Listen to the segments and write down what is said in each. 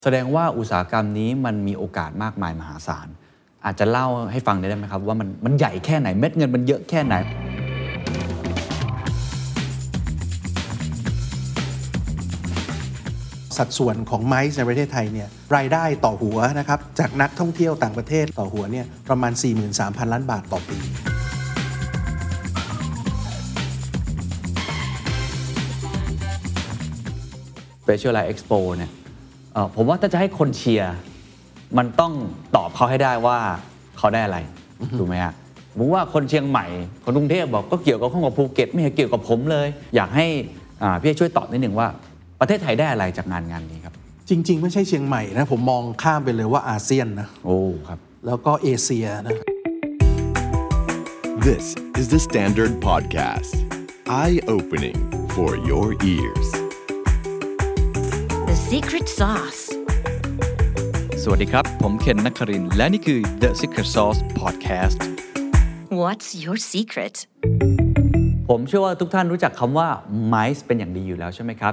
แสดงว่าอุตสาหกรรมนี้มันมีโอกาสมากมายมหาศาลอาจจะเล่าให้ฟังได้ไหมครับว่ามันใหญ่แค่ไหนเม็ดเงินมันเยอะแค่ไหนสัดส่วนของไมซ์ในประเทศไทยเนี่ยรายได้ต่อหัวนะครับจากนักท่องเที่ยวต่างประเทศต่อหัวเนี่ยประมาณ 43,000 ล้านบาทต่อปี Specialized Expo เนี่ยผมว่าถ้าจะให้คนเชียร์มันต้องตอบเขาให้ได้ว่าเขาได้อะไรถูกไหมฮะผมว่าคนเชียงใหม่คนกรุงเทพบอกก็เกี่ยวกับข้องกับภูเก็ตไม่เกี่ยวกับผมเลยอยากให้พี่ช่วยตอบนิดหนึ่งว่าประเทศไทยได้อะไรจากงานนี้ครับจริงๆไม่ใช่เชียงใหม่นะผมมองข้ามไปเลยว่าอาเซียนนะโอ้ครับแล้วก็เอเชียนะ This is the Standard Podcast Eye-opening for your ears The Secret Sauce สวัสดีครับผมเคนนักครินทร์และนี่คือ The Secret Sauce Podcast What's your secret ผมเชื่อว่าทุกท่านรู้จักคำว่า MICE เป็นอย่างดีอยู่แล้วใช่ไหมครับ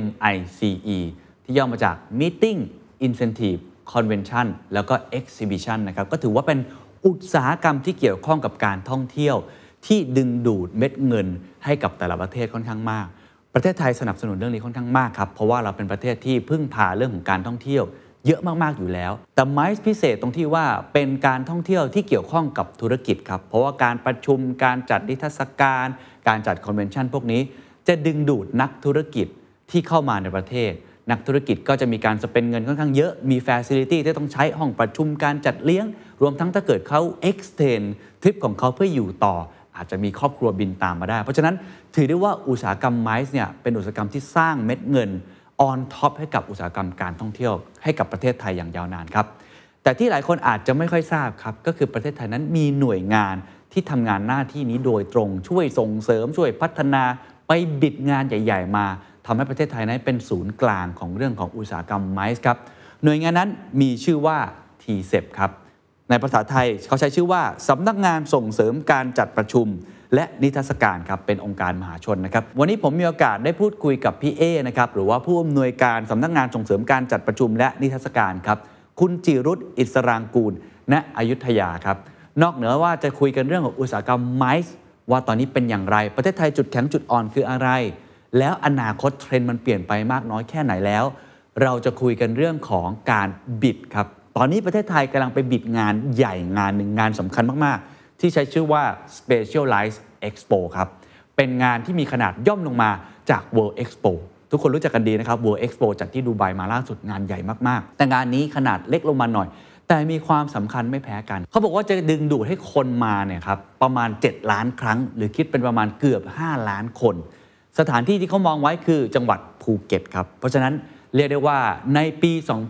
MICE ที่ย่อมาจาก Meeting Incentive Convention แล้วก็ Exhibition นะครับก็ถือว่าเป็นอุตสาหกรรมที่เกี่ยวข้องกับการท่องเที่ยวที่ดึงดูดเม็ดเงินให้กับแต่ละประเทศค่อนข้างมากประเทศไทยสนับสนุนเรื่องนี้ค่อนข้างมากครับเพราะว่าเราเป็นประเทศที่พึ่งพาเรื่องของการท่องเที่ยวเยอะมากๆอยู่แล้วแต่ไมซ์พิเศษตรงที่ว่าเป็นการท่องเที่ยวที่เกี่ยวข้องกับธุรกิจครับเพราะว่าการประชุมการจัดนิทรรศการการจัดคอนเวนชั่นพวกนี้จะดึงดูดนักธุรกิจที่เข้ามาในประเทศนักธุรกิจก็จะมีการสเปนเงินค่อนข้างเยอะมีฟาซิลิตี้ที่ต้องใช้ห้องประชุมการจัดเลี้ยงรวมทั้งถ้าเกิดเขา extend ทริปของเขาเพื่ออยู่ต่ออาจจะมีครอบครัวบินตามมาได้เพราะฉะนั้นถือได้ว่าอุตสาหกรรมไมซ์เนี่ยเป็นอุตสาหกรรมที่สร้างเม็ดเงินon top ให้กับอุตสาหกรรมการท่องเที่ยวให้กับประเทศไทยอย่างยาวนานครับแต่ที่หลายคนอาจจะไม่ค่อยทราบครับก็คือประเทศไทยนั้นมีหน่วยงานที่ทำงานหน้าที่นี้โดยตรงช่วยส่งเสริมช่วยพัฒนาไปบิดงานใหญ่ๆมาทำให้ประเทศไทยนั้นเป็นศูนย์กลางของเรื่องของอุตสาหกรรมไมซ์ครับหน่วยงานนั้นมีชื่อว่า TCEP ครับในภาษาไทยเขาใช้ชื่อว่าสำนักงานส่งเสริมการจัดประชุมและนิทรรศการครับเป็นองค์การมหาชนนะครับวันนี้ผมมีโอกาสได้พูดคุยกับพี่เอนะครับหรือว่าผู้อำนวยการสำนักงานส่งเสริมการจัดประชุมและนิทรรศการครับคุณจิรุตอิสรางกูลณอยุธยาครับนอกเหนือว่าจะคุยกันเรื่องของอุตสาหกรรมไมซ์ว่าตอนนี้เป็นอย่างไรประเทศไทยจุดแข็งจุดอ่อนคืออะไรแล้วอนาคตเทรนด์มันเปลี่ยนไปมากน้อยแค่ไหนแล้วเราจะคุยกันเรื่องของการบิดครับตอนนี้ประเทศไทยกำลังไปบิดงานใหญ่งานหนึ่งงานสำคัญมากๆที่ใช้ชื่อว่า Specialized Expo ครับเป็นงานที่มีขนาดย่อมลงมาจาก World Expo ทุกคนรู้จักกันดีนะครับ World Expo จากที่ดูไบมาล่าสุดงานใหญ่มากๆแต่งานนี้ขนาดเล็กลงมาหน่อยแต่มีความสำคัญไม่แพ้กันเขาบอกว่าจะดึงดูดให้คนมาเนี่ยครับประมาณ7ล้านครั้งหรือคิดเป็นประมาณเกือบ5ล้านคนสถานที่ที่เขามองไว้คือจังหวัดภูเก็ตครับเพราะฉะนั้นเรียกได้ว่าในปี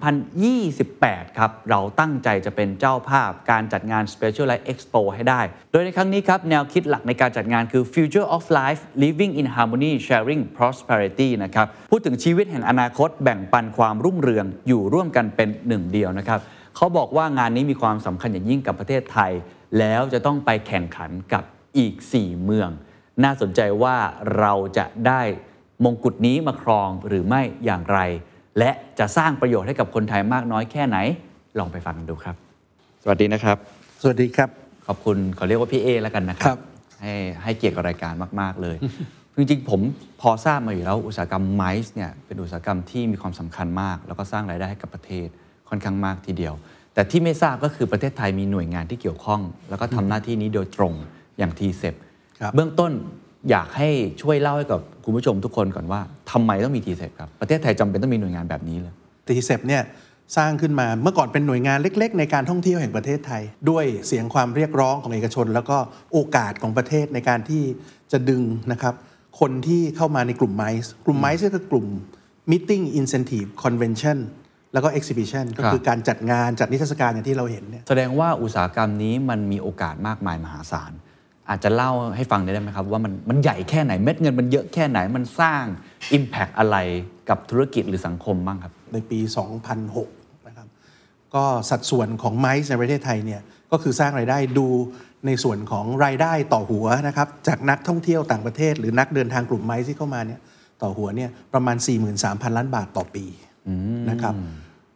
2028 ครับเราตั้งใจจะเป็นเจ้าภาพการจัดงาน Specialized Expo ให้ได้โดยในครั้งนี้ครับแนวคิดหลักในการจัดงานคือ Future of Life Living in Harmony Sharing Prosperity นะครับพูดถึงชีวิตแห่งอนาคตแบ่งปันความรุ่งเรืองอยู่ร่วมกันเป็นหนึ่งเดียวนะครับเขาบอกว่างานนี้มีความสำคัญอย่างยิ่งกับประเทศไทยแล้วจะต้องไปแข่งขันกับอีก4เมืองน่าสนใจว่าเราจะได้มงกุฎนี้มาครองหรือไม่อย่างไรและจะสร้างประโยชน์ให้กับคนไทยมากน้อยแค่ไหนลองไปฟังกันดูครับสวัสดีนะครับสวัสดีครับขอบคุณขอเรียกว่าพี่เอแล้วกันนะครับให้เกียรติกับรายการมากๆเลย จริงๆผมพอทราบมาอยู่แล้วอุตสาหกรรมไมซ์เนี่ยเป็นอุตสาหกรรมที่มีความสำคัญมากแล้วก็สร้างรายได้ให้กับประเทศค่อนข้างมากทีเดียวแต่ที่ไม่ทราบก็คือประเทศไทยมีหน่วยงานที่เกี่ยวข้องแล้วก็ทำหน้าที่นี้โดยตรงอย่าง TCEP เบื้องต้นอยากให้ช่วยเล่าให้กับคุณผู้ชมทุกคนก่อนว่าทำไมต้องมี TCEP ครับประเทศไทยจำเป็นต้องมีหน่วยงานแบบนี้เลย TCEP เนี่ยสร้างขึ้นมาเมื่อก่อนเป็นหน่วยงานเล็กๆในการท่องเที่ยวแห่งประเทศไทยด้วยเสียงความเรียกร้องของเอกชนแล้วก็โอกาสของประเทศในการที่จะดึงนะครับคนที่เข้ามาในกลุ่ม MICE กลุ่ม MICE ก็คือกลุ่ม Meeting Incentive Convention แล้วก็ Exhibition ก็คือการจัดงานจัดนิทรรศการอย่างที่เราเห็นเนี่ยแสดงว่าอุตสาหกรรมนี้มันมีโอกาสมากมายมหาศาลอาจจะเล่าให้ฟังได้ไหมครับว่ามันใหญ่แค่ไหนเม็ดเงินมันเยอะแค่ไหนมันสร้าง Impact อะไรกับธุรกิจหรือสังคมบ้างครับในปี 2006 นะครับก็สัดส่วนของ MICE ในประเทศไทยเนี่ยก็คือสร้างรายได้ดูในส่วนของรายได้ต่อหัวนะครับจากนักท่องเที่ยวต่างประเทศหรือนักเดินทางกลุ่ม MICE ที่เข้ามาเนี่ยต่อหัวเนี่ยประมาณ 43,000 ล้านบาทต่อปีนะครับ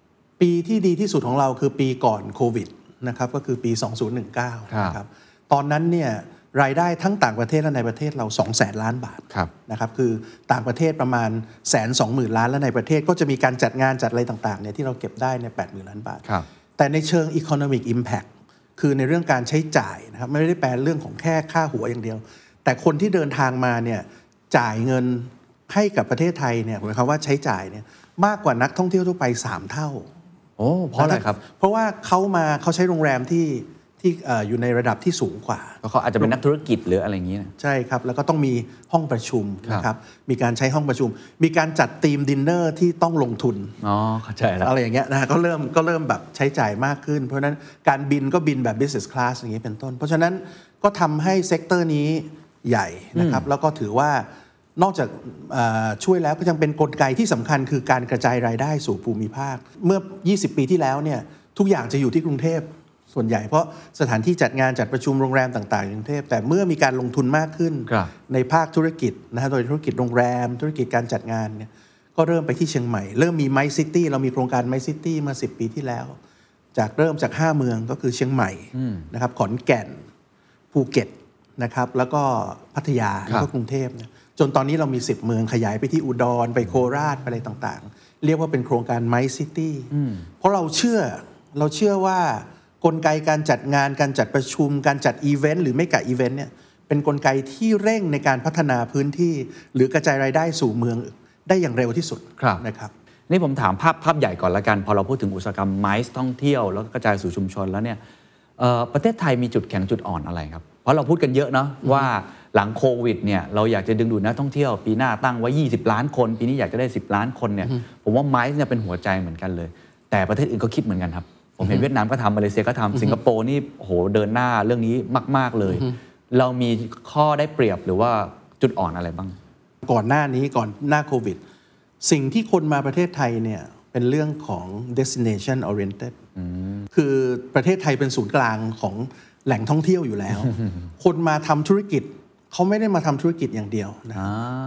ปีที่ดีที่สุดของเราคือปีก่อนโควิดนะครับก็คือปี 2019 นะครับตอนนั้นเนี่ยรายได้ทั้งต่างประเทศและในประเทศเรา 200,000 ล้านบาทนะครับคือต่างประเทศประมาณ 120,000 ล้านและในประเทศก็จะมีการจัดงานจัดอะไรต่างๆเนี่ยที่เราเก็บได้ใน 80,000 ล้านบาทแต่ในเชิง economic impact คือในเรื่องการใช้จ่ายนะครับไม่ได้แปลเรื่องของแค่ค่าหัวอย่างเดียวแต่คนที่เดินทางมาเนี่ยจ่ายเงินให้กับประเทศไทยเนี่ยหมายความว่าใช้จ่ายเนี่ยมากกว่านักท่องเที่ยวทั่วไป3เท่าโอ้เพราะอะไรครับเพราะว่าเขาใช้โรงแรมที่อยู่ในระดับที่สูงกว่าเขาอาจจะเป็นนักธุรกิจหรืออะไรอย่างนี้นะใช่ครับแล้วก็ต้องมีห้องประชุมนะครับมีการใช้ห้องประชุมมีการจัดธีมดินเนอร์ที่ต้องลงทุนเข้าใจแล้วอะไรอย่างเงี้ยนะก็เริ่มแบบใช้จ่ายมากขึ้นเพราะฉะนั้นการบินก็บินแบบ business class อย่างนี้เป็นต้นเพราะฉะนั้นก็ทำให้เซกเตอร์นี้ใหญ่นะครับแล้วก็ถือว่านอกจากช่วยแล้วก็ยังเป็นกลไกที่สำคัญคือการกระจายรายได้สู่ภูมิภาคเมื่อ20 ปีที่แล้วเนี่ยทุกอย่างจะอยู่ที่กรุงเทพส่วนใหญ่เพราะสถานที่จัดงานจัดประชุมโรงแรมต่างๆในกรุงเทพแต่เมื่อมีการลงทุนมากขึ้นในภาคธุรกิจนะฮะโดยธุรกิจโรงแรมธุรกิจการจัดงานเนี่ยก็เริ่มไปที่เชียงใหม่เริ่มมีไมซ์ซิตี้เรามีโครงการไมซ์ซิตี้มา10 ปีที่แล้วเริ่มจาก5 เมืองก็คือเชียงใหม่นะครับขอนแก่นภูเก็ตนะครับแล้วก็พัทยาแล้วก็กรุงเทพจนตอนนี้เรามี10 เมืองขยายไปที่อุดรไปโคราชไปอะไรต่างๆเรียกว่าเป็นโครงการไมซ์ซิตี้เพราะเราเชื่อว่ากลไกการจัดงานการจัดประชุมการจัดอีเวนต์หรือไม่กะอีเวนต์เนี่ยเป็นกลไกที่เร่งในการพัฒนาพื้นที่หรือกระจายรายได้สู่เมืองได้อย่างเร็วที่สุดนะครับนี่ผมถามภาพใหญ่ก่อนละกันพอเราพูดถึงอุตสาหกรรมไมซ์ท่องเที่ยวแล้วก็กระจายสู่ชุมชนแล้วเนี่ยประเทศไทยมีจุดแข็งจุดอ่อนอะไรครับเพราะเราพูดกันเยอะเนาะว่าหลังโควิดเนี่ยเราอยากจะดึงดูดนักท่องเที่ยวปีหน้าตั้งไว้20 ล้านคนปีนี้อยากจะได้10 ล้านคนเนี่ยผมว่าไมซ์เนี่ยเป็นหัวใจเหมือนกันเลยแต่ประเทศอื่นก็คิดเหมือนกันครับผมเห็นเวียดนามก็ทำมาเลเซียก็ทำสิงคโปร์นี่โหเดินหน้าเรื่องนี้มากๆเลยเรามีข้อได้เปรียบหรือว่าจุดอ่อนอะไรบ้างก่อนหน้าโควิดสิ่งที่คนมาประเทศไทยเนี่ยเป็นเรื่องของ destination oriented คือประเทศไทยเป็นศูนย์กลางของแหล่งท่องเที่ยวอยู่แล้ว คนมาทำธุรกิจเขาไม่ได้มาทำธุรกิจอย่างเดียวนะ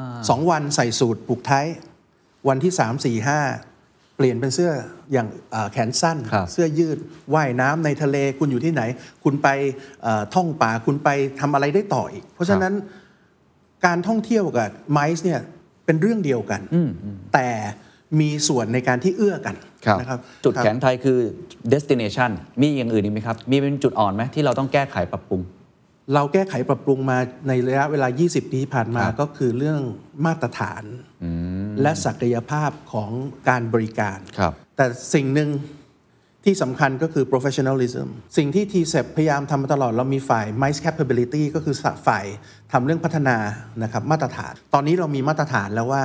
2 วันใส่สูทผูกไทยวันที่3, 4, 5เปลี่ยนเป็นเสื้ออย่างแขนสั้นเสื้อยืดว่ายน้ำในทะเลคุณอยู่ที่ไหนคุณไปท่องป่าคุณไปทำอะไรได้ต่ออีกเพราะฉะนั้นการท่องเที่ยวกับไมซ์เนี่ยเป็นเรื่องเดียวกันแต่มีส่วนในการที่เอื้อกันนะครับจุดแข็งไทยคือ destination มีอย่างอื่นอีกไหมครับมีเป็นจุดอ่อนไหมที่เราต้องแก้ไขปรับปรุงเราแก้ไขปรับปรุงมาในระยะเวลา20 ปีที่ผ่านมาก็คือเรื่องมาตรฐานและศักยภาพของการบริการแต่สิ่งหนึ่งที่สำคัญก็คือ professionalism สิ่งที่ TCEP พยายามทำมาตลอดเรามีฝ่าย MICE capability ก็คือฝ่ายทำเรื่องพัฒนานะครับมาตรฐานตอนนี้เรามีมาตรฐานแล้วว่า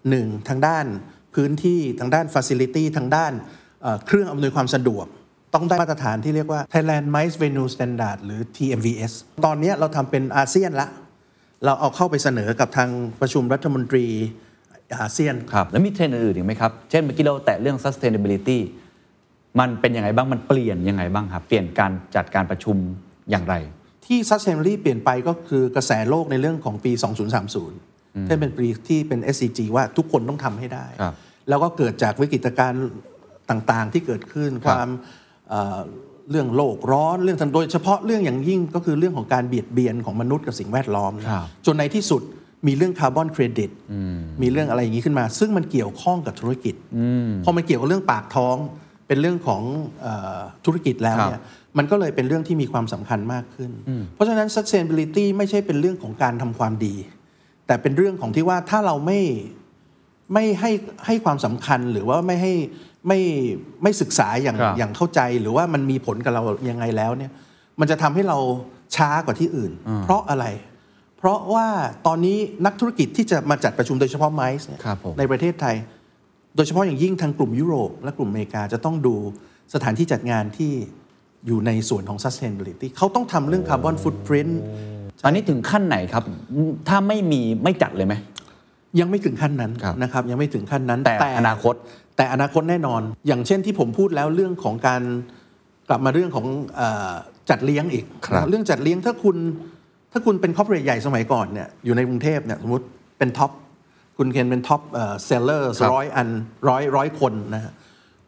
1ทางด้านพื้นที่ทางด้าน facility ทางด้านเครื่องอำนวยความสะดวกต้องได้มาตรฐานที่เรียกว่า Thailand MICE Venue Standard หรือ TMVS ตอนนี้เราทำเป็นอาเซียนละเราเอาเข้าไปเสนอกับทางประชุมรัฐมนตรีอาเซียนครับแล้วมีเทรนด์อื่นอีกไหมครับเช่นเมื่อกี้เราแตะเรื่อง sustainability มันเป็นยังไงบ้างมันเปลี่ยนยังไงบ้างครับเปลี่ยนการจัดการประชุมอย่างไรที่ sustainability เปลี่ยนไปก็คือกระแสโลกในเรื่องของปี 2030ที่เป็นปีที่เป็น SDG ว่าทุกคนต้องทำให้ได้แล้วก็เกิดจากวิกฤตการณ์ต่างๆที่เกิดขึ้นความเรื่องโลกร้อนเรื่องโดยเฉพาะเรื่องอย่างยิ่งก็คือเรื่องของการเบียดเบียนของมนุษย์กับสิ่งแวดล้อมจนในที่สุดมีเรื่องคาร์บอนเครดิตมีเรื่องอะไรอย่างนี้ขึ้นมาซึ่งมันเกี่ยวข้องกับธุรกิจพอมันเกี่ยวกับเรื่องปากท้องเป็นเรื่องของธุรกิจแล้วเนี่ยมันก็เลยเป็นเรื่องที่มีความสำคัญมากขึ้นเพราะฉะนั้น sustainability ไม่ใช่เป็นเรื่องของการทำความดีแต่เป็นเรื่องของที่ว่าถ้าเราไม่ให้ความสำคัญหรือว่าไม่ศึกษาอย่างเข้าใจหรือว่ามันมีผลกับเรายังไงแล้วเนี่ยมันจะทำให้เราช้ากว่าที่อื่นเพราะอะไรเพราะว่าตอนนี้นักธุรกิจที่จะมาจัดประชุมโดยเฉพาะไมซ์ในประเทศไทยโดยเฉพาะอย่างยิ่งทางกลุ่มยุโรปและกลุ่มอเมริกาจะต้องดูสถานที่จัดงานที่อยู่ในส่วนของ sustainability เขาต้องทำเรื่อง carbon footprint อันนี้ถึงขั้นไหนครับถ้าไม่จัดเลยไหมยังไม่ถึงขั้นนั้นนะครับยังไม่ถึงขั้นนั้นแต่อนาคตแน่นอนอย่างเช่นที่ผมพูดแล้วเรื่องของการกลับมาเรื่องของจัดเลี้ยงอีกเรื่องจัดเลี้ยงถ้าคุณเป็นคอร์ปอเรทใหญ่สมัยก่อนเนี่ยอยู่ในกรุงเทพเนี่ยสมมติเป็นท็อปคุณเคนเป็นท็อปเซลเลอร์100 คนนะฮะ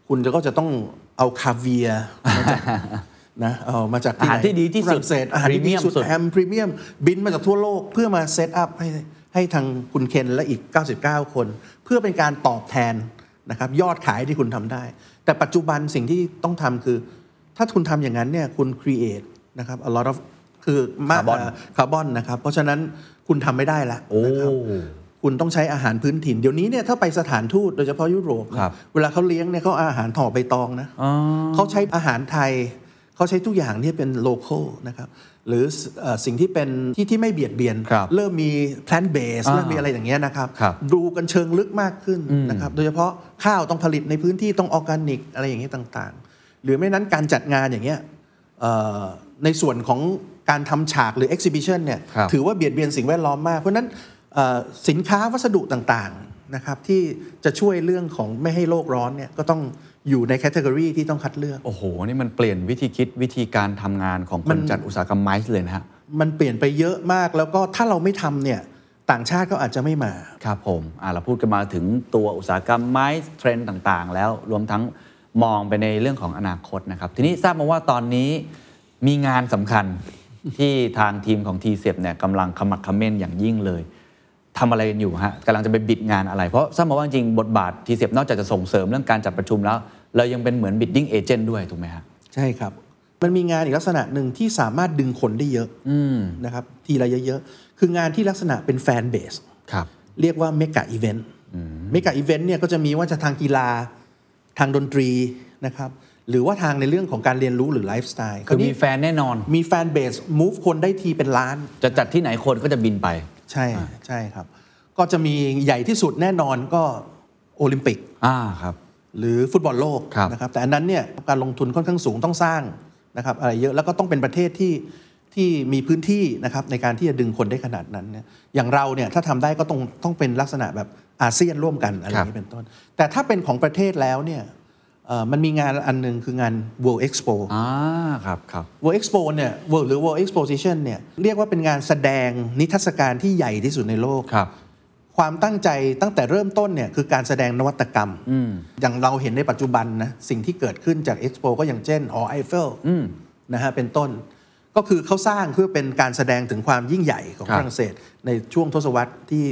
คุณก็จะต้องเอาคาเวียร์มาจากนะเอามาจากอาหารที่ดีที่สุดฝรั่งเศสอาหารที่ดีที่สุด Premium แฮมพรีเมียมบินมาจากทั่วโลกเพื่อมาเซตอัพให้ทางคุณเคนและอีก99คนเพื่อเป็นการตอบแทนนะครับยอดขายที่คุณทำได้แต่ปัจจุบันสิ่งที่ต้องทำคือถ้าคุณทำอย่างนั้นเนี่ยคุณ create นะครับ a lot of คือคาร์บอนนะครับเพราะฉะนั้นคุณทำไม่ได้ละนะครับคุณต้องใช้อาหารพื้นถิ่นเดี๋ยวนี้เนี่ยถ้าไปสถานทูตโดยเฉพาะยุโรปเวลาเขาเลี้ยงเนี่ยเขาอาหารห่อใบตองนะเขาใช้อาหารไทยเขาใช้ทุกอย่างที่เป็น local นะครับหรือสิ่งที่เป็นที่ไม่เบียดเบียนเริ่มมี plant based เริ่มมีอะไรอย่างเงี้ยนะครับดูกันเชิงลึกมากขึ้นนะครับโดยเฉพาะข้าวต้องผลิตในพื้นที่ต้องออร์แกนิกอะไรอย่างเงี้ยต่างๆหรือไม่นั้นการจัดงานอย่างเงี้ยในส่วนของการทำฉากหรือ exhibition เนี่ยถือว่าเบียดเบียนสิ่งแวดล้อมมากเพราะนั้นสินค้าวัสดุต่างๆนะครับที่จะช่วยเรื่องของไม่ให้โลกร้อนเนี่ยก็ต้องอยู่ในแคตตากรีที่ต้องคัดเลือกโอ้โหนี่มันเปลี่ยนวิธีคิดวิธีการทำงานของคนจัดอุตสาหกรรมไม้เลยนะฮะมันเปลี่ยนไปเยอะมากแล้วก็ถ้าเราไม่ทำเนี่ยต่างชาติก็อาจจะไม่มาครับผมเราพูดกันมาถึงตัวอุตสาหกรรมไม้เทรนด์ต่างๆแล้วรวมทั้งมองไปในเรื่องของอนาคตนะครับทีนี้ทราบมาว่าตอนนี้มีงานสำคัญ ที่ทางทีมของ TCEP เนี่ยกำลังขมักเขม้นอย่างยิ่งเลยทำอะไรกันอยู่ฮะกำลังจะไปบิดงานอะไรเพราะทราบมาว่าจริงบทบาท TCEP นอกจากจะส่งเสริมเรื่องการจัดประชุมแล้วเรายังเป็นเหมือน bidding agent ด้วยถูกไหมฮะใช่ครับมันมีงานอีกลักษณะหนึ่งที่สามารถดึงคนได้เยอะนะครับทีละเยอะๆคืองานที่ลักษณะเป็นแฟนเบสเรียกว่าเมกะอีเวนต์เมกะอีเวนต์เนี่ยก็จะมีว่าจะทางกีฬาทางดนตรีนะครับหรือว่าทางในเรื่องของการเรียนรู้หรือไลฟ์สไตล์คือมีแฟนแน่นอนมีแฟนเบสมูฟคนได้ทีเป็นล้านจะจัดที่ไหนคนก็จะบินไปใช่ใช่ครับก็จะมีใหญ่ที่สุดแน่นอนก็โอลิมปิกครับหรือฟุตบอลโลกนะครับแต่อันนั้นเนี่ยการลงทุนค่อนข้างสูงต้องสร้างนะครับอะไรเยอะแล้วก็ต้องเป็นประเทศที่มีพื้นที่นะครับในการที่จะดึงคนได้ขนาดนั้นเนี่ยอย่างเราเนี่ยถ้าทำได้ก็ต้องเป็นลักษณะแบบอาเซียนร่วมกันอะไรอย่างนี้เป็นต้นแต่ถ้าเป็นของประเทศแล้วเนี่ยมันมีงานอันนึงคืองาน World Expo ครับ World Expo เนี่ย World หรือ World Exposition เนี่ยเรียกว่าเป็นงานแสดงนิทรรศการที่ใหญ่ที่สุดในโลกความตั้งใจตั้งแต่เริ่มต้นเนี่ยคือการแสดงนวัตกรรมอย่างเราเห็นในปัจจุบันนะสิ่งที่เกิดขึ้นจาก Expo ก็อย่างเช่นหอไอเฟลนะฮะเป็นต้นก็คือเขาสร้างเพื่อเป็นการแสดงถึงความยิ่งใหญ่ของฝรั่งเศสในช่วงทศวรรษที่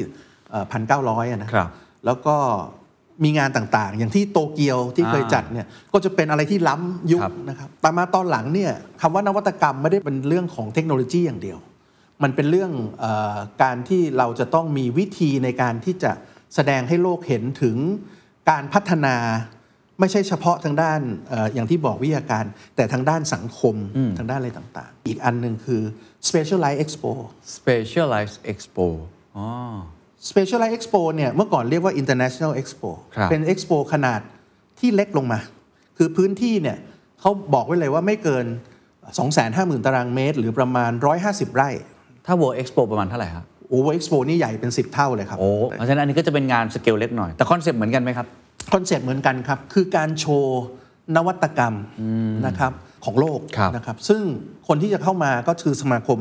1900นะแล้วก็มีงานต่างๆอย่างที่โตเกียวที่เคยจัดเนี่ยก็จะเป็นอะไรที่ล้ำยุคนะครับแต่มาตอนหลังเนี่ยคำว่านวัตกรรมไม่ได้เป็นเรื่องของเทคโนโลยีอย่างเดียวมันเป็นเรื่องการที่เราจะต้องมีวิธีในการที่จะแสดงให้โลกเห็นถึงการพัฒนาไม่ใช่เฉพาะทางด้านอย่างที่บอกวิทยาการแต่ทางด้านสังคมทางด้านอะไรต่างๆอีกอันหนึ่งคือ Specialized Expo Specialized Expo Specialized Expo เนี่ยเมื่อก่อนเรียกว่า International Expo เป็น Expo ขนาดที่เล็กลงมาคือพื้นที่เนี่ยเขาบอกไว้เลยว่าไม่เกิน 250,000 ตารางเมตรหรือประมาณ150 ไร่ถ้า World Expo ประมาณเท่าไหร่ครับ World Expo นี่ใหญ่เป็น10 เท่าเลยครับเพราะฉะนั้นอันนี้ก็จะเป็นงานสเกลเล็กหน่อยแต่คอนเซปต์เหมือนกันไหมครับคอนเซปต์เหมือนกันครับคือการโชว์นวัตกรรมนะครับของโลกนะครับซึ่งคนที่จะเข้ามาก็คือสมาคม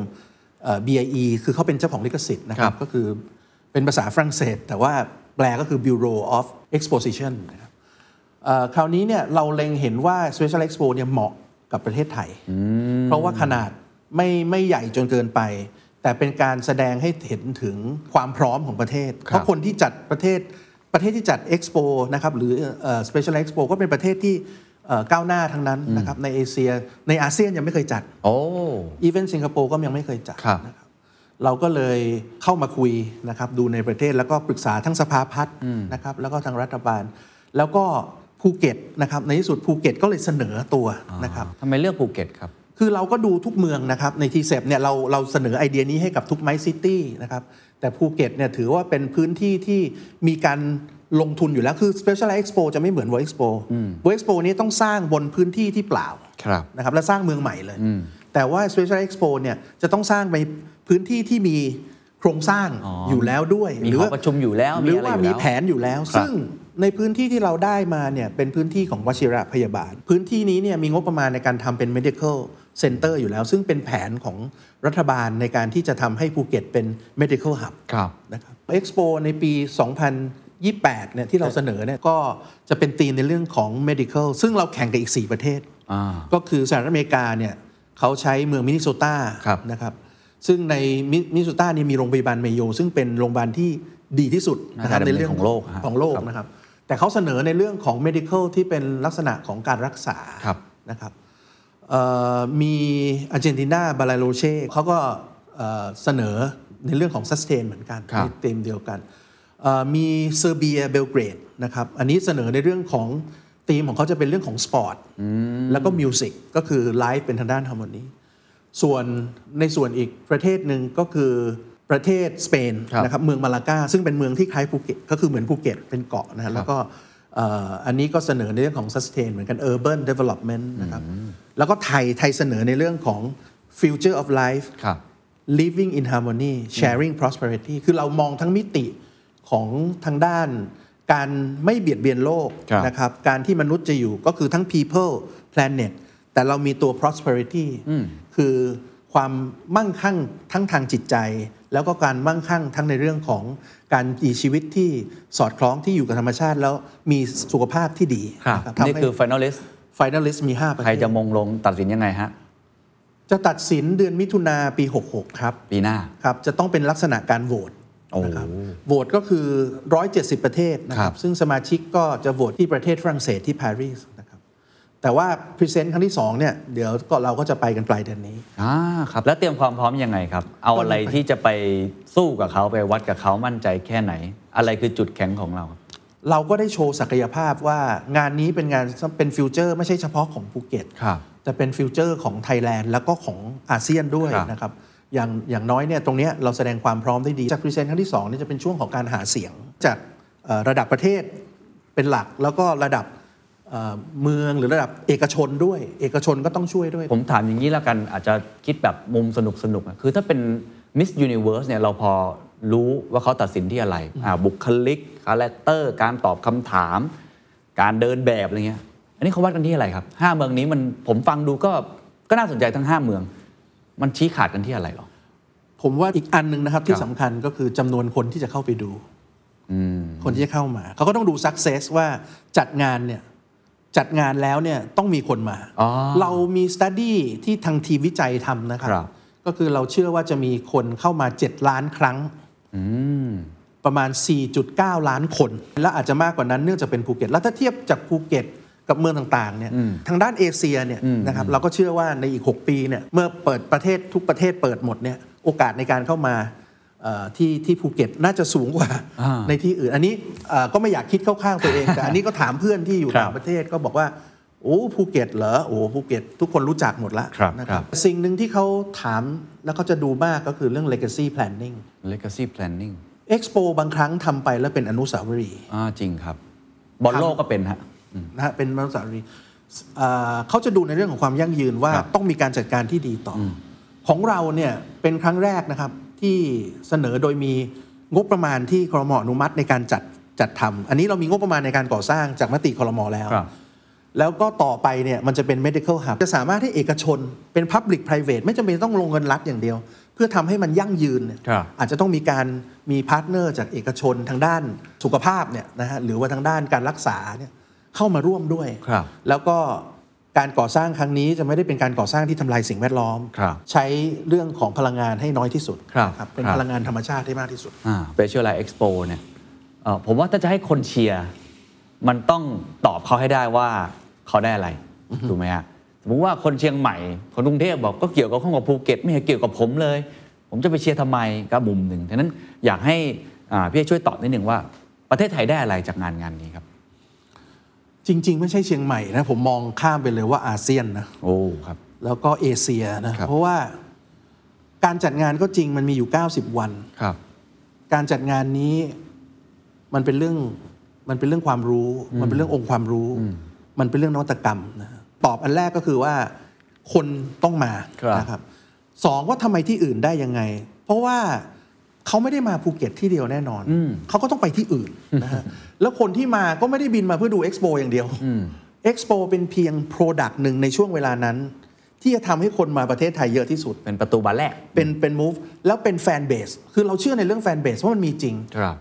BIE คือเขาเป็นเจ้าของลิขสิทธิ์นะครับก็คือเป็นภาษาฝรั่งเศสแต่ว่าแปลก็คือ Bureau of Exposition นะครับคราวนี้เนี่ยเราเล็งเห็นว่า Special Expo เนี่ยเหมาะกับประเทศไทยเพราะว่าขนาดไม่ใหญ่จนเกินไปแต่เป็นการแสดงให้เห็นถึงความพร้อมของประเทศเพราะคนที่จัดประเทศที่จัด Expo นะครับหรือSpecial Expo ก็เป็นประเทศที่ก้าวหน้าทั้งนั้นนะครับในเอเชียในอาเซียนยังไม่เคยจัดอีเวนต์สิงคโปร์ก็ยังไม่เคยจัดนะครับเราก็เลยเข้ามาคุยนะครับดูในประเทศแล้วก็ปรึกษาทั้งสภาพัฒน์นะครับแล้วก็ทางรัฐบาลแล้วก็ภูเก็ตนะครับในที่สุดภูเก็ตก็เลยเสนอตัวนะครับทำไมเลือกภูเก็ตครับคือเราก็ดูทุกเมืองนะครับใน TCEP เนี่ยเราเสนอไอเดียนี้ให้กับทุกไมซ์ซิตี้นะครับแต่ภูเก็ตเนี่ยถือว่าเป็นพื้นที่ที่มีการลงทุนอยู่แล้วคือ Specialized Expo จะไม่เหมือน World Expo World Expo นี้ต้องสร้างบนพื้นที่ที่เปล่านะครับและสร้างเมืองใหม่เลยแต่ว่า Specialized Expo เนี่ยจะต้องสร้างในพื้นที่ที่มีโครงสร้างอยู่แล้วด้วยมีหอประชุมอยู่แล้วหรือว่ามีแผนอยู่แล้วซึ่งในพื้นที่ที่เราได้มาเนี่ยเป็นพื้นที่ของวชิระพยาบาลพื้นที่นี้เนี่ยมีงบประมาณในการทำเป็น medical center อยู่แล้วซึ่งเป็นแผนของรัฐบาลในการที่จะทำให้ภูเก็ตเป็น medical hub นะครับ Expo ในปี 28เนี่ยที่เราเสนอเนี่ยก็จะเป็นธีมในเรื่องของ medical ซึ่งเราแข่งกับอีก4ประเทศก็คือสหรัฐอเมริกาเนี่ยเขาใช้เมืองมินนิโซตานะครับซึ่งในมินนิโซตานี่มีโรงพยาบาลเมโยซึ่งเป็นโรงพยาบาลที่ดีที่สุดนะครับในเรื่องของโลกนะครับแต่เขาเสนอในเรื่องของ medical ที่เป็นลักษณะของการรักษานะครับมีอาร์เจนตินาบาลาโรเช่เขาก็เสนอในเรื่องของ sustain เหมือนกันในธีมเดียวกันมีเซอร์เบียเบลเกรดนะครับอันนี้เสนอในเรื่องของธีมของเขาจะเป็นเรื่องของสปอร์ตแล้วก็มิวสิกก็คือไลฟ์เป็นทางด้านฮาร์โมนีส่วนอีกประเทศหนึ่งก็คือประเทศสเปนนะครับเมืองมาลากาซึ่งเป็นเมืองที่คล้ายภูเก็ตก็คือเหมือนภูเก็ตเป็นเกาะนะฮะแล้วก็อันนี้ก็เสนอในเรื่องของ sustain เหมือนกัน urban development นะครับแล้วก็ไทยเสนอในเรื่องของ future of life living in harmony sharing prosperity คือเรามองทั้งมิติของทางด้านการไม่เบียดเบียนโลกนะครับการที่มนุษย์จะอยู่ก็คือทั้ง people planet แต่เรามีตัว prosperity คือความมั่งคั่งทั้งทางจิตใจแล้วก็การมั่งคั่งทั้งในเรื่องของการมีชีวิตที่สอดคล้องที่อยู่กับธรรมชาติแล้วมีสุขภาพที่ดีนี่คือ finalist มี5ประเทศใครจะมงลงตัดสินยังไงฮะจะตัดสินเดือนมิถุนาปี66ครับปีหน้าครับจะต้องเป็นลักษณะการโหวตนะครับโหวตก็คือ170ประเทศนะครับซึ่งสมาชิกก็จะโหวตที่ประเทศฝรั่งเศสที่ปารีสนะครับแต่ว่าพรีเซนต์ครั้งที่2เนี่ยเดี๋ยวเราก็จะไปกันปลายเดือนนี้ครับแล้วเตรียมความพร้อมยังไงครับเอาอะไรที่จะไปสู้กับเขาไปวัดกับเขามั่นใจแค่ไหนอะไรคือจุดแข็งของเราก็ได้โชว์ศักยภาพว่างานนี้เป็นฟิวเจอร์ไม่ใช่เฉพาะของภูเก็ตแต่เป็นฟิวเจอร์ของไทยแลนด์แล้วก็ของอาเซียนด้วยนะครับอย่างน้อยเนี่ยตรงนี้เราแสดงความพร้อมได้ดีจากพรีเซนต์ครั้งที่2นี่จะเป็นช่วงของการหาเสียงจากระดับประเทศเป็นหลักแล้วก็ระดับเมืองหรือระดับเอกชนด้วยเอกชนก็ต้องช่วยด้วยผมถามอย่างนี้แล้วกันอาจจะคิดแบบมุมสนุกคือถ้าเป็น Miss Universe เนี่ยเราพอรู้ว่าเขาตัดสินที่อะไรบุคลิกคาแรคเตอร์การตอบคำถามการเดินแบบอะไรเงี้ยอันนี้เขาวัดกันที่อะไรครับ5เมืองนี้มันผมฟังดูก็น่าสนใจทั้ง5เมืองมันชี้ขาดกันที่อะไรหรอผมว่าอีกอันนึงนะครับที่สำคัญก็คือจำนวนคนที่จะเข้าไปดูคนที่จะเข้ามาเขาก็ต้องดู success ว่าจัดงานแล้วเนี่ยต้องมีคนมาเรามี study ที่ทางทีมวิจัยทำนะครับก็คือเราเชื่อว่าจะมีคนเข้ามา7ล้านครั้งประมาณ 4.9 ล้านคนและอาจจะมากกว่านั้นเนื่องจากเป็นภูเก็ตแล้วถ้าเทียบจากภูเก็ตกับเมืองต่างๆเนี่ยทางด้านเอเชียเนี่ยนะครับเราก็เชื่อว่าในอีก6ปีเนี่ยเมื่อเปิดประเทศทุกประเทศเปิดหมดเนี่ยโอกาสในการเข้ามาที่ภูเก็ตน่าจะสูงกว่าในที่อื่นอันนี้ก็ไม่อยากคิดเข้าข้างตัวเองแต่อันนี้ก็ถามเพื่อนที่อยู่ต่างประเทศก็บอกว่าโอ้ภูเก็ตเหรอโอ้ภูเก็ตทุกคนรู้จักหมดแล้วนะครับสิ่งหนึ่งที่เขาถามแล้วเขาจะดูมากก็คือเรื่อง legacy planning Expo บางครั้งทำไปแล้วเป็นอนุสาวรีย์จริงครับบอลโลกก็เป็นฮะเป็นอนุสาวรีย์เขาจะดูในเรื่องของความยั่งยืนว่าต้องมีการจัดการที่ดีต่อของเราเนี่ยเป็นครั้งแรกนะครับที่เสนอโดยมีงบประมาณที่ครม.อนุมัติในการจัดทำอันนี้เรามีงบประมาณในการก่อสร้างจากมติครม.แล้วก็ต่อไปเนี่ยมันจะเป็น medical hub จะสามารถให้เอกชนเป็น public private ไม่จำเป็นต้องลงเงินรัฐอย่างเดียวเพื่อทำให้มันยั่งยืนอาจจะต้องมีพาร์ทเนอร์จากเอกชนทางด้านสุขภาพเนี่ยนะฮะหรือว่าทางด้านการรักษาเนี่ยเข้ามาร่วมด้วยแล้วก็การก่อสร้างครั้งนี้จะไม่ได้เป็นการก่อสร้างที่ทำลายสิ่งแวดล้อมใช้เรื่องของพลังงานให้น้อยที่สุดครับเป็นพลังงานธรรมชาติให้มากที่สุด Specialized Expo เนี่ยผมว่าถ้าจะให้คนเชียร์มันต้องตอบเขาให้ได้ว่าเขาได้อะไรถูกไหมฮะสมมติว่าคนเชียงใหม่คนกรุงเทพบอกก็เกี่ยวกับข้องกับภูเก็ตไม่เกี่ยวกับผมเลยผมจะไปเชียร์ทำไมก็มุมหนึ่งดังนั้นอยากให้พี่ช่วยตอบนิดหนึ่งว่าประเทศไทยได้อะไรจากงานนี้ครับจริงๆไม่ใช่เชียงใหม่นะผมมองข้ามไปเลยว่าอาเซียนนะโอ้ครับแล้วก็เอเชียนะเพราะว่าการจัดงานก็จริงมันมีอยู่90วันครับการจัดงานนี้มันเป็นเรื่องความรู้มันเป็นเรื่ององค์ความรู้มันเป็นเรื่องนวัตกรรมนะตอบอันแรกก็คือว่าคนต้องมานะครับสองว่าทำไมที่อื่นได้ยังไงเพราะว่าเขาไม่ได้มาภูเก็ตที่เดียวแน่นอนเขาก็ต้องไปที่อื่นนะฮะแล้วคนที่มาก็ไม่ได้บินมาเพื่อดู Expo อย่างเดียว Expo เป็นเพียง Product หนึ่งในช่วงเวลานั้นที่จะทำให้คนมาประเทศไทยเยอะที่สุดเป็นประตูบานแรกเป็น move แล้วเป็นแฟนเบสคือเราเชื่อในเรื่องแฟนเบสว่ามันมีจริง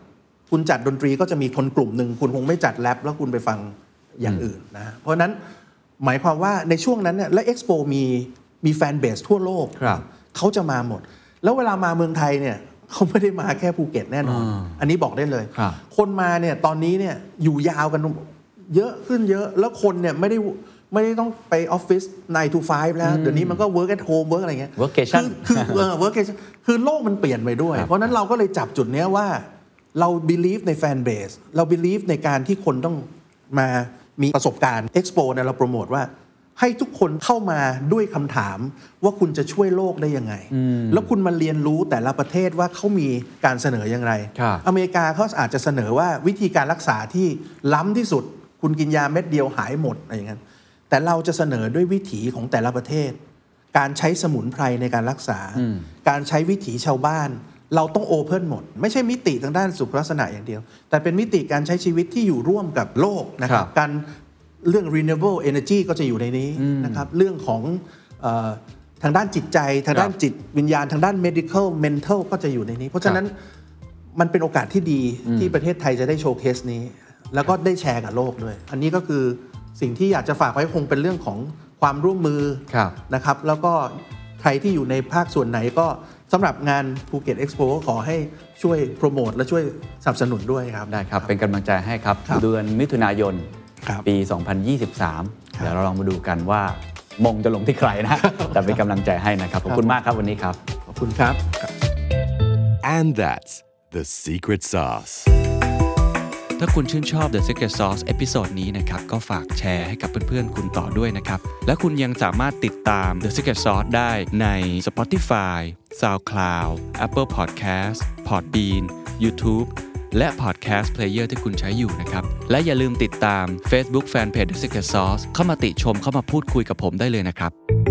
คุณจัดดนตรีก็จะมีคนกลุ่มหนึ่งคุณคงไม่จัดแรปแล้วคุณไปฟังอย่างอื่นนะเพราะฉะนั้นหมายความว่าในช่วงนั้นเนี่ยและเอ็กซ์โปมีแฟนเบสทั่วโลกเขาจะมาหมดแล้วเวลามาเมืองไทยเนี่ยเขาไม่ได้มาแค่ภูเก็ตแน่นอนอันนี้บอกได้เลยคนมาเนี่ยตอนนี้เนี่ยอยู่ยาวกันเยอะขึ้นเยอะแล้วคนเนี่ยไม่ได้ต้องไปออฟฟิศ9 to 5แล้วเดี๋ยวนี้มันก็ work at home work อะไรเงี้ย workation workation คือโลกมันเปลี่ยนไปด้วยเพราะนั้นเราก็เลยจับจุดนี้ว่าเรา believe ใน fan base เรา believe ในการที่คนต้องมามีประสบการณ์ Expo เนี่ยเราโปรโมทว่าให้ทุกคนเข้ามาด้วยคำถามว่าคุณจะช่วยโลกได้ยังไงแล้วคุณมาเรียนรู้แต่ละประเทศว่าเขามีการเสนออย่างไรอเมริกาเขาอาจจะเสนอว่าวิธีการรักษาที่ล้ำที่สุดคุณกินยาเม็ดเดียวหายหมดอะไรอย่างนั้นแต่เราจะเสนอด้วยวิถีของแต่ละประเทศการใช้สมุนไพรในการรักษาการใช้วิถีชาวบ้านเราต้องโอเพ่นหมดไม่ใช่มิติทางด้านสุขลักษณะอย่างเดียวแต่เป็นมิติการใช้ชีวิตที่อยู่ร่วมกับโลกนะครับการเรื่อง renewable energy ก็จะอยู่ในนี้นะครับเรื่องของทางด้านจิตใจทางด้านจิตวิญญาณทางด้าน medical mental ก็จะอยู่ในนี้เพราะฉะนั้นมันเป็นโอกาสที่ดีที่ประเทศไทยจะได้โชว์เคสนี้แล้วก็ได้แชร์กับโลกด้วยอันนี้ก็คือสิ่งที่อยากจะฝากไว้คงเป็นเรื่องของความร่วมมือนะครับแล้วก็ใครที่อยู่ในภาคส่วนไหนก็สำหรับงานภูเก็ตเอ็กซ์โปขอให้ช่วยโปรโมทและช่วยสนับสนุนด้วยครับได้ครับเป็นกำลังใจให้ครับเดือนมิถุนายนปี 2023 เดี๋ยวเราลองมาดูกันว่ามงจะลงที่ใครนะแต่เป็นกำลังใจให้นะครับขอบคุณมากครับวันนี้ครับขอบคุณครับ And that's the secret sauce ถ้าคุณชื่นชอบ The Secret Sauce เอพิโซดนี้นะครับก็ฝากแชร์ให้กับเพื่อนๆคุณต่อด้วยนะครับและคุณยังสามารถติดตาม The Secret Sauce ได้ใน Spotify, SoundCloud, Apple Podcast, Podbean, YouTube และ Podcast Player ที่คุณใช้อยู่นะครับและอย่าลืมติดตาม Facebook Fanpage The Secret Sauce เข้ามาติชมเข้ามาพูดคุยกับผมได้เลยนะครับ